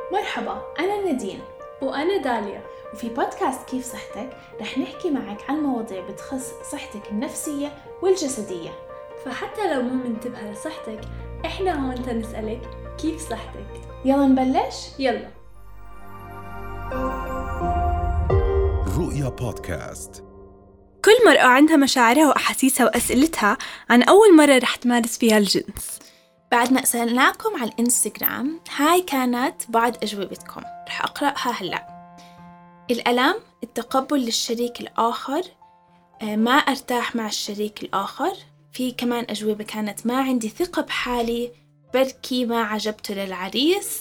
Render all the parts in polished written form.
مرحبا، أنا نادين وأنا داليا، وفي بودكاست كيف صحتك رح نحكي معك عن مواضيع بتخص صحتك النفسية والجسدية. فحتى لو مو منتبهة لصحتك إحنا هون تنسألك كيف صحتك. يلا نبلش؟ يلا. رؤيا بودكاست. كل مرأة عندها مشاعرها وأحاسيسها وأسئلتها عن أول مرة رح تمارس فيها الجنس. بعد ما سألناكم على الإنستغرام هاي كانت بعض أجوبتكم، رح أقرأها هلأ. الألم، التقبل للشريك الآخر، ما أرتاح مع الشريك الآخر. في كمان أجوبة كانت ما عندي ثقة بحالي، بركي ما عجبته للعريس.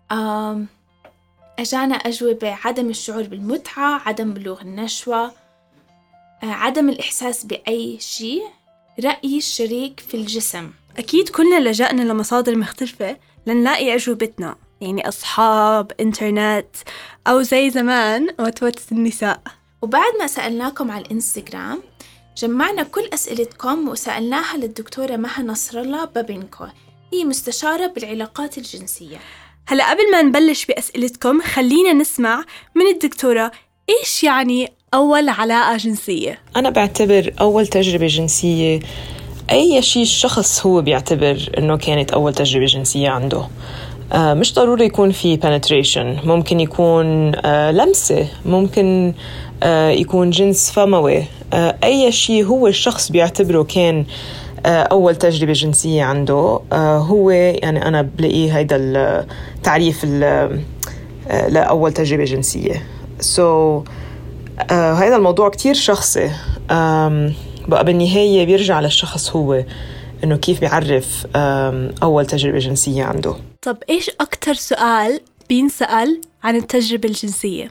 أجانا أجوبة عدم الشعور بالمتعة، عدم بلوغ النشوة، عدم الإحساس بأي شيء، رأي الشريك في الجسم. أكيد كلنا لجأنا لمصادر مختلفة لنلاقي أجوبتنا، يعني أصحاب، إنترنت، أو زي زمان وتوت النساء. وبعد ما سألناكم على الإنستغرام جمعنا كل أسئلتكم وسألناها للدكتورة مها نصر الله بابينكو، هي مستشارة بالعلاقات الجنسية. هلأ قبل ما نبلش بأسئلتكم خلينا نسمع من الدكتورة إيش يعني أول علاقة جنسية. أنا بعتبر أول تجربة جنسية أي شيء الشخص هو بيعتبر إنه كانت أول تجربة جنسية عنده. مش ضروري يكون في penetration، ممكن يكون لمسة، ممكن يكون جنس فموي. أي شيء هو الشخص بيعتبره كان أول تجربة جنسية عنده، هو يعني أنا بلاقيه هيدا التعريف لأول تجربة جنسية. هيدا الموضوع كتير شخصي، بقى بالنهاية بيرجع للشخص هو إنه كيف بيعرف أول تجربة جنسية عنده. طب إيش أكتر سؤال بينسأل عن التجربة الجنسية؟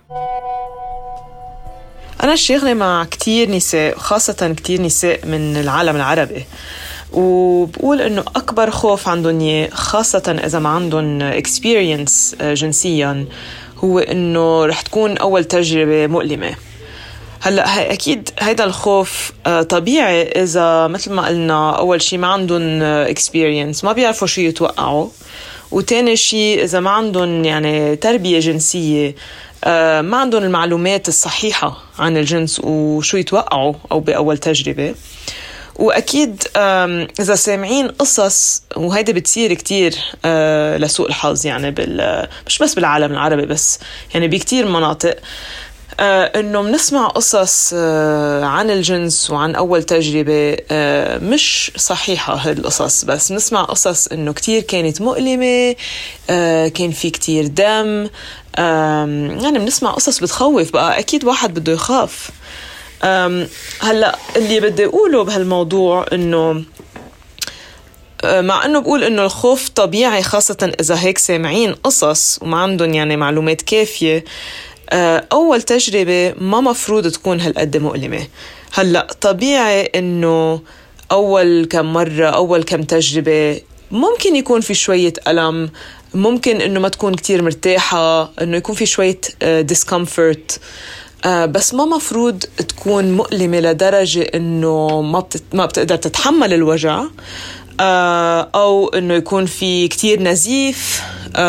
أنا شغلة مع كتير نساء، خاصة كتير نساء من العالم العربي، وبقول إنه أكبر خوف عندهم خاصة إذا ما عندهم experience جنسيا هو إنه رح تكون أول تجربة مؤلمة. هلأ أكيد هيدا الخوف طبيعي إذا مثل ما قلنا أول شيء ما عندهم experience، ما بيعرفوا شو يتوقعوا، وتاني شيء إذا ما عندهم يعني تربية جنسية، ما عندهم المعلومات الصحيحة عن الجنس وشو يتوقعوا أو بأول تجربة. وأكيد إذا سامعين قصص، وهيدا بتصير كتير لسوء الحظ يعني مش بس بالعالم العربي بس يعني بكتير مناطق، إنه منسمع قصص عن الجنس وعن أول تجربة مش صحيحة. هذه القصص بس نسمع قصص إنه كتير كانت مؤلمة، كان في كتير دم، يعني بنسمع قصص بتخوف. بقى أكيد واحد بده يخاف. هلأ اللي بدي أقوله بهالموضوع إنه مع أنه بقول إنه الخوف طبيعي خاصة إذا هيك سامعين قصص وما عندهم يعني معلومات كافية، أول تجربة ما مفروض تكون هالقد مؤلمة. هلأ طبيعي إنه أول كم مرة، أول كم تجربة ممكن يكون في شوية ألم، ممكن إنه ما تكون كتير مرتاحة، إنه يكون في شوية discomfort، بس ما مفروض تكون مؤلمة لدرجة إنه ما بتقدر تتحمل الوجع، أو إنه يكون في كتير نزيف،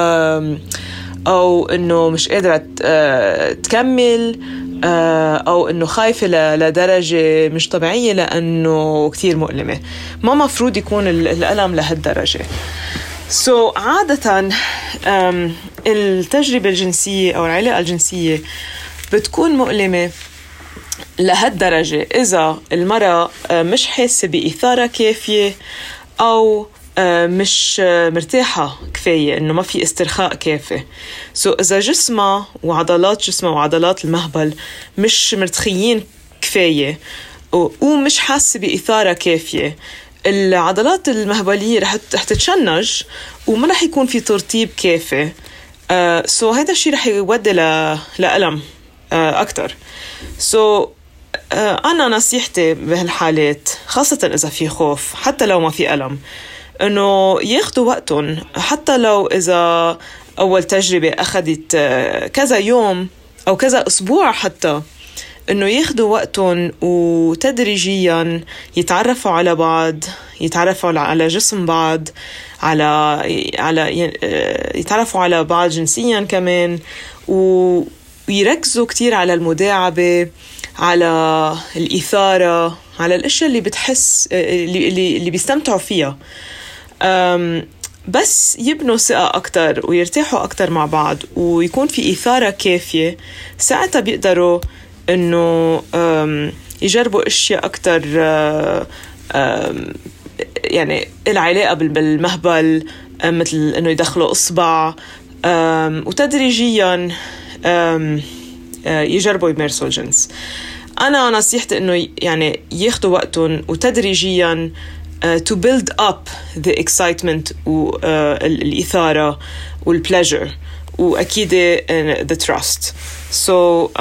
أو إنه مش قادرة تكمل، أو إنه خايفة لدرجة مش طبيعية لأنه كتير مؤلمة. ما مفروض يكون الألم لهالدرجة. عادة التجربة الجنسية أو العلاقة الجنسية بتكون مؤلمة لهالدرجة إذا المرأة مش حاسة بإثارة كافية، أو مش مرتاحة كفاية، إنه ما في استرخاء كافي. إذا جسمها وعضلات جسمها وعضلات المهبل مش مرتخيين كفاية ومش حاسة بإثارة كافية، العضلات المهبلية رح تتشنج وما رح يكون في ترطيب كافي. هذا الشيء رح يودي لألم أكتر. أنا نصيحتي بهالحالات خاصة إذا في خوف حتى لو ما في ألم، إنه ياخدوا وقتهم، حتى لو إذا أول تجربة أخذت كذا يوم أو كذا أسبوع، حتى إنه ياخدوا وقتهم وتدريجيا يتعرفوا على بعض، يتعرفوا على جسم بعض، يتعرفوا على بعض جنسيا كمان، ويركزوا كتير على المداعبة، على الإثارة، على الأشياء اللي بتحس اللي بيستمتعوا فيها. بس يبنوا ثقة أكتر ويرتاحوا أكتر مع بعض ويكون في إثارة كافية، ساعتها بيقدروا إنه يجربوا أشياء أكتر يعني العلاقة بالمهبل، مثل إنه يدخلوا إصبع، وتدريجيا يجربوا يمارسوا الجنس. أنا نصيحتي إنه يعني ياخدوا وقتهم وتدريجيا to build up the excitement والإثارة والpleasure وأكيد the trust. So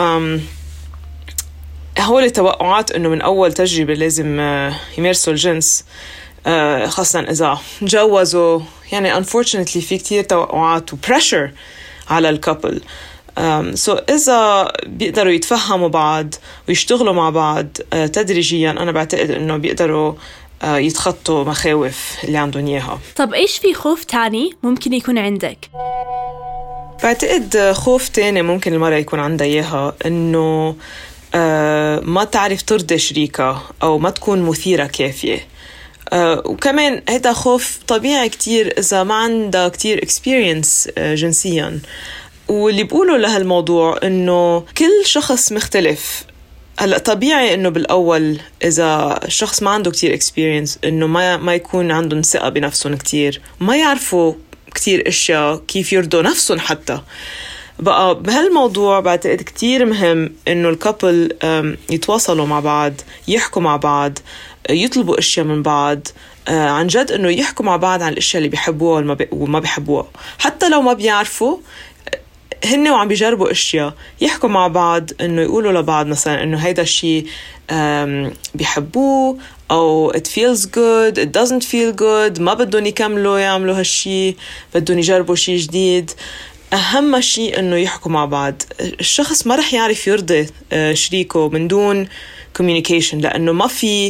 هول التوقعات إنه من أول تجربة لازم يمارسوا الجنس، خاصة إذا تجوزوا، يعني unfortunately في كتير توقعات وpressure على الكابل. So إذا بيقدروا يتفهموا بعض ويشتغلوا مع بعض تدريجيا، أنا بعتقد إنه بيقدروا يتخطوا مخاوف اللي عندهم إياها. طب إيش في خوف تاني ممكن يكون عندك؟ بعتقد خوف تاني ممكن المرأة يكون عندها إياها إنه ما تعرف ترضي شريكها أو ما تكون مثيرة كافية. وكمان هذا خوف طبيعي كتير إذا ما عندها كتير experience جنسيا. واللي بقوله لهالموضوع إنه كل شخص مختلف. هلأ طبيعي إنه بالأول إذا الشخص ما عنده كتير experience إنه ما يكون عندهم ثقة بنفسهم كتير، ما يعرفوا كتير إشياء كيف يرضوا نفسهم حتى. بقى بهالموضوع بعتقد كتير مهم إنه الكابل يتواصلوا مع بعض، يحكوا مع بعض، يطلبوا أشياء من بعض، عن جد إنه يحكوا مع بعض عن الأشياء اللي بيحبوها وما بيحبوها. حتى لو ما بيعرفوا هن وعم بيجربوا أشياء، يحكوا مع بعض إنه يقولوا لبعض مثلا إنه هيدا الشيء بيحبوه أو it feels good, it doesn't feel good، ما بدهم يكملوا يعملوا هالشيء، بدهم يجربوا شيء جديد. أهم شيء إنه يحكوا مع بعض. الشخص ما رح يعرف يرضي شريكه من دون communication، لأنه ما في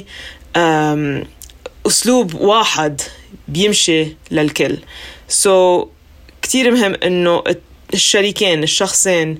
أسلوب واحد بيمشي للكل. So كتير مهم إنه الشريكين الشخصين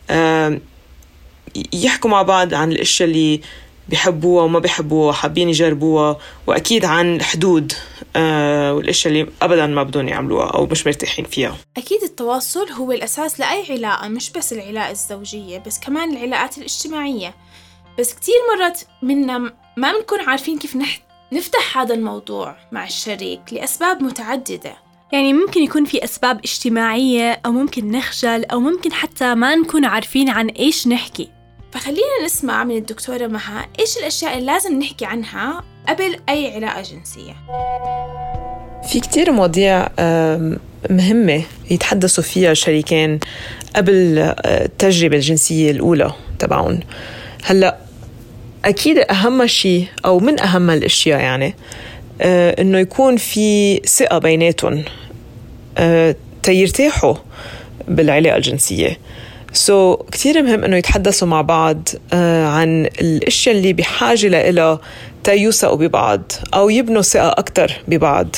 يحكوا مع بعض عن الأشياء اللي بيحبوها وما بيحبوها، حابين يجربوها، وأكيد عن حدود والأشياء اللي أبداً ما بدون يعملوها أو مش مرتاحين فيها. أكيد التواصل هو الأساس لأي علاقة، مش بس العلاقة الزوجية بس كمان العلاقات الاجتماعية. بس كتير مرات منا ما بنكون عارفين كيف نفتح هذا الموضوع مع الشريك لأسباب متعددة. يعني ممكن يكون في أسباب اجتماعية، أو ممكن نخجل، أو ممكن حتى ما نكون عارفين عن إيش نحكي. فخلينا نسمع من الدكتورة مها إيش الأشياء اللي لازم نحكي عنها قبل أي علاقة جنسية. في كتير مواضيع مهمة يتحدثوا فيها شريكين قبل التجربة الجنسية الأولى تبعون. هلأ أكيد أهم شيء أو من أهم الأشياء يعني إنه يكون في ثقة بيناتهم تيرتاحوا بالعلاقة الجنسية. كتير مهم إنه يتحدثوا مع بعض عن الأشياء اللي بحاجة لإلها تيوثقوا ببعض أو يبنوا ثقة أكتر ببعض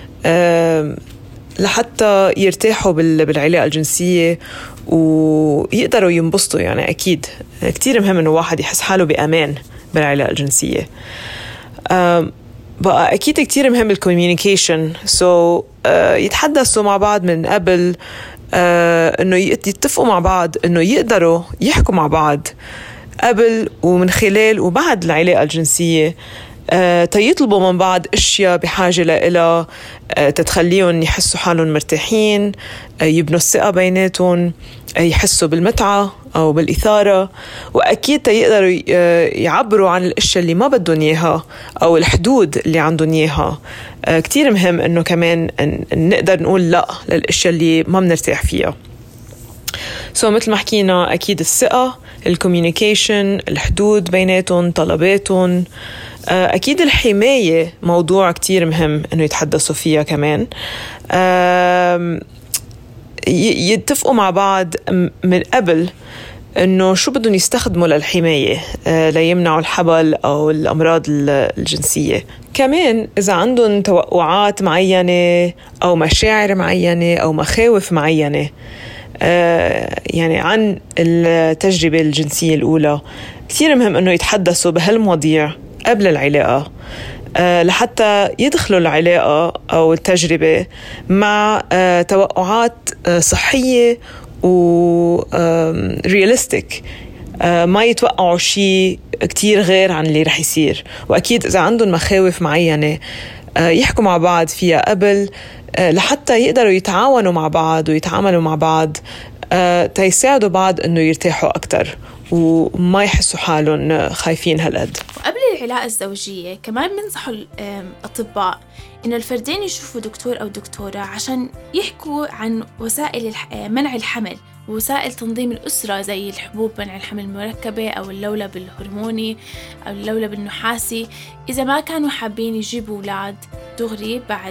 لحتى يرتاحوا بالعلاقة الجنسية ويقدروا ينبسطوا. يعني أكيد كتير مهم إنه واحد يحس حاله بأمان بالعلاقة الجنسية. بقى أكيد كتير مهم الكوميونيكيشن. يتحدثوا مع بعض من قبل، إنه يتفقوا مع بعض إنه يقدروا يحكوا مع بعض قبل ومن خلال وبعد العلاقة الجنسية، تيطلبوا من بعض أشياء بحاجة لإلها تتخليهم يحسوا حالهم مرتاحين، يبنوا الثقة بيناتهم، يحسوا بالمتعة أو بالإثارة، وأكيد تيقدروا يعبروا عن الأشياء اللي ما بدهم إياها أو الحدود اللي عندهم إياها. كتير مهم إنه كمان نقدر نقول لأ للأشياء اللي ما بنرتاح فيها. مثل ما حكينا، أكيد الثقة، الكوميونيكيشن، الحدود بيناتهم، طلباتهم، أكيد الحماية موضوع كتير مهم إنه يتحدثوا فيها كمان. يتفقوا مع بعض من قبل إنه شو بدهم يستخدموا للحماية ليمنعوا الحبل أو الأمراض الجنسية. كمان إذا عندهم توقعات معينة أو مشاعر معينة أو مخاوف معينة يعني عن التجربة الجنسية الأولى، كثير مهم إنه يتحدثوا بهالمواضيع قبل العلاقة لحتى يدخلوا العلاقة أو التجربة مع توقعات صحية ورياليستيك، ما يتوقعوا شيء كتير غير عن اللي رح يصير. وأكيد إذا عندهم مخاوف معينة يحكوا مع بعض فيها قبل لحتى يقدروا يتعاونوا مع بعض ويتعاملوا مع بعض تيساعدوا بعض إنه يرتاحوا أكتر وما يحسوا حالهم خايفين هالقد. وقبل العلاقة الزوجية كمان بنصحوا الأطباء إنه الفردين يشوفوا دكتور أو دكتورة عشان يحكوا عن وسائل منع الحمل ووسائل تنظيم الأسرة زي الحبوب منع الحمل المركبة أو اللولب الهرموني أو اللولب النحاسي، إذا ما كانوا حابين يجيبوا أولاد دغري بعد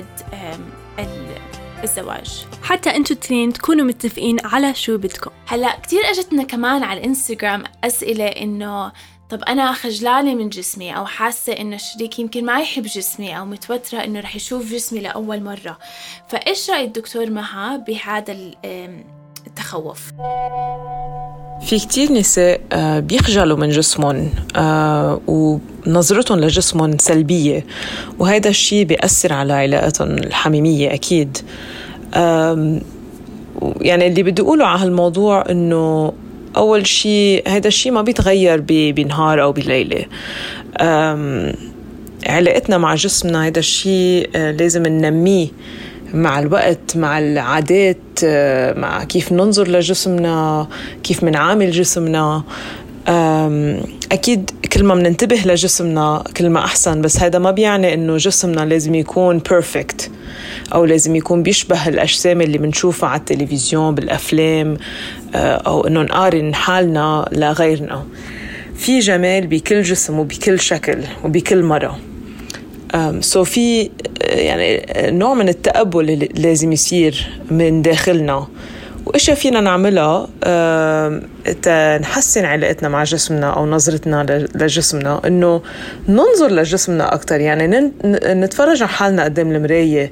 الزواج. حتى أنتوا التنين تكونوا متفقين على شو بدكم. هلأ كتير أجتنا كمان على الإنستغرام أسئلة إنه طب أنا خجلانة من جسمي أو حاسة إنه الشريك يمكن ما يحب جسمي أو متوترة إنه رح يشوف جسمي لأول مرة، فإيش رأي الدكتور مها بهذا التخوف؟ في كتير نساء بيخجلوا من جسمهم ونظرتهم لجسمهم سلبية، وهذا الشيء بيأثر على علاقتهم الحميمية أكيد. يعني اللي بدي أقوله على هالموضوع إنه أول شيء هذا الشيء ما بيتغير بنهار أو بليلة. علاقتنا مع جسمنا هذا الشيء لازم ننميه مع الوقت، مع العادات، مع كيف ننظر لجسمنا، كيف منعامل جسمنا. أكيد كل ما مننتبه لجسمنا كل ما أحسن، بس هذا ما بيعني إنه جسمنا لازم يكون perfect أو لازم يكون بيشبه الأجسام اللي بنشوفها على التلفزيون بالأفلام، أو إنه نقارن حالنا لغيرنا. في جمال بكل جسم وبكل شكل وبكل مرة. في يعني نوع من التقبل اللي لازم يصير من داخلنا، وإيش فينا نعملها تنحسن علاقتنا مع جسمنا أو نظرتنا لجسمنا، إنه ننظر لجسمنا أكتر. يعني نتفرج على حالنا قدام المراية،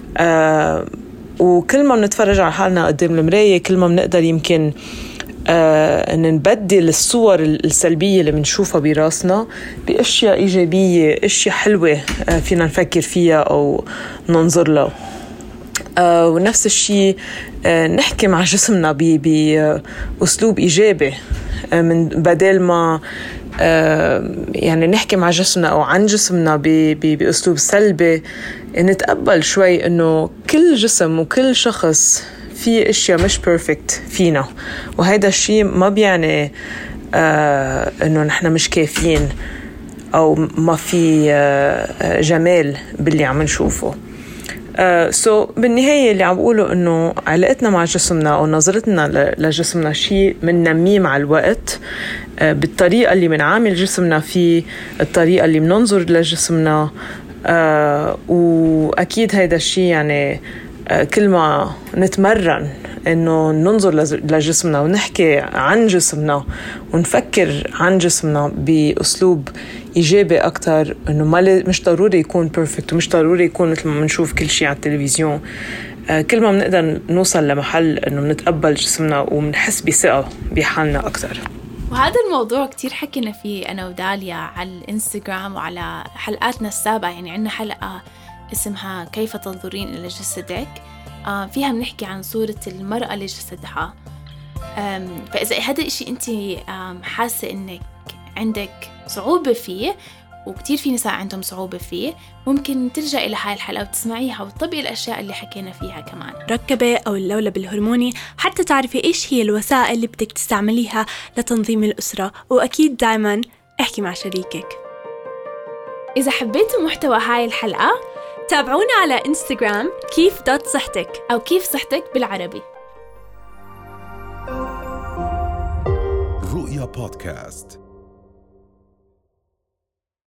وكل ما نتفرج على حالنا قدام المراية كل ما بنقدر يمكن أن نبدل الصور السلبية اللي بنشوفها براسنا بأشياء إيجابية، أشياء حلوة فينا نفكر فيها أو ننظر له. ونفس الشيء نحكي مع جسمنا بأسلوب إيجابي، من بدل ما يعني نحكي مع جسمنا أو عن جسمنا بأسلوب سلبي. نتقبل شوي إنه كل جسم وكل شخص في اشياء مش بيرفكت فينا، وهذا الشيء ما بيعني انه نحن مش كافيين او ما في جمال باللي عم نشوفه. بالنهاية اللي عم بقوله انه علاقتنا مع جسمنا او نظرتنا لجسمنا شيء مننميه مع الوقت، بالطريقة اللي منعامل جسمنا فيه، الطريقة اللي مننظر لجسمنا. واكيد هذا الشيء يعني كل ما نتمرن إنه ننظر لجسمنا ونحكي عن جسمنا ونفكر عن جسمنا بأسلوب إيجابي أكتر، إنه مش ضروري يكون بيرفكت ومش ضروري يكون مثل ما بنشوف كل شيء على التلفزيون. كل ما بنقدر نوصل لمحل إنه نتقبل جسمنا ومنحس بثقة بحالنا أكتر. وهذا الموضوع كتير حكينا فيه أنا وداليا على الإنستغرام وعلى حلقاتنا السابقة. يعني عندنا حلقة اسمها كيف تنظرين إلى جسدك، فيها بنحكي عن صورة المرأة لجسدها. فإذا هذا الشيء أنت حاسة إنك عندك صعوبة فيه، وكتير في نساء عندهم صعوبة فيه، ممكن ترجع إلى هاي الحلقة وتسمعيها وتطبقي الأشياء اللي حكينا فيها كمان. ركبة أو اللولب الهرموني حتى تعرفي إيش هي الوسائل اللي بدك تستعمليها لتنظيم الأسرة. وأكيد دايما احكي مع شريكك. إذا حبيتوا محتوى هاي الحلقة تابعونا على إنستغرام كيف.صحتك أو كيف صحتك بالعربي. رؤيا بودكاست.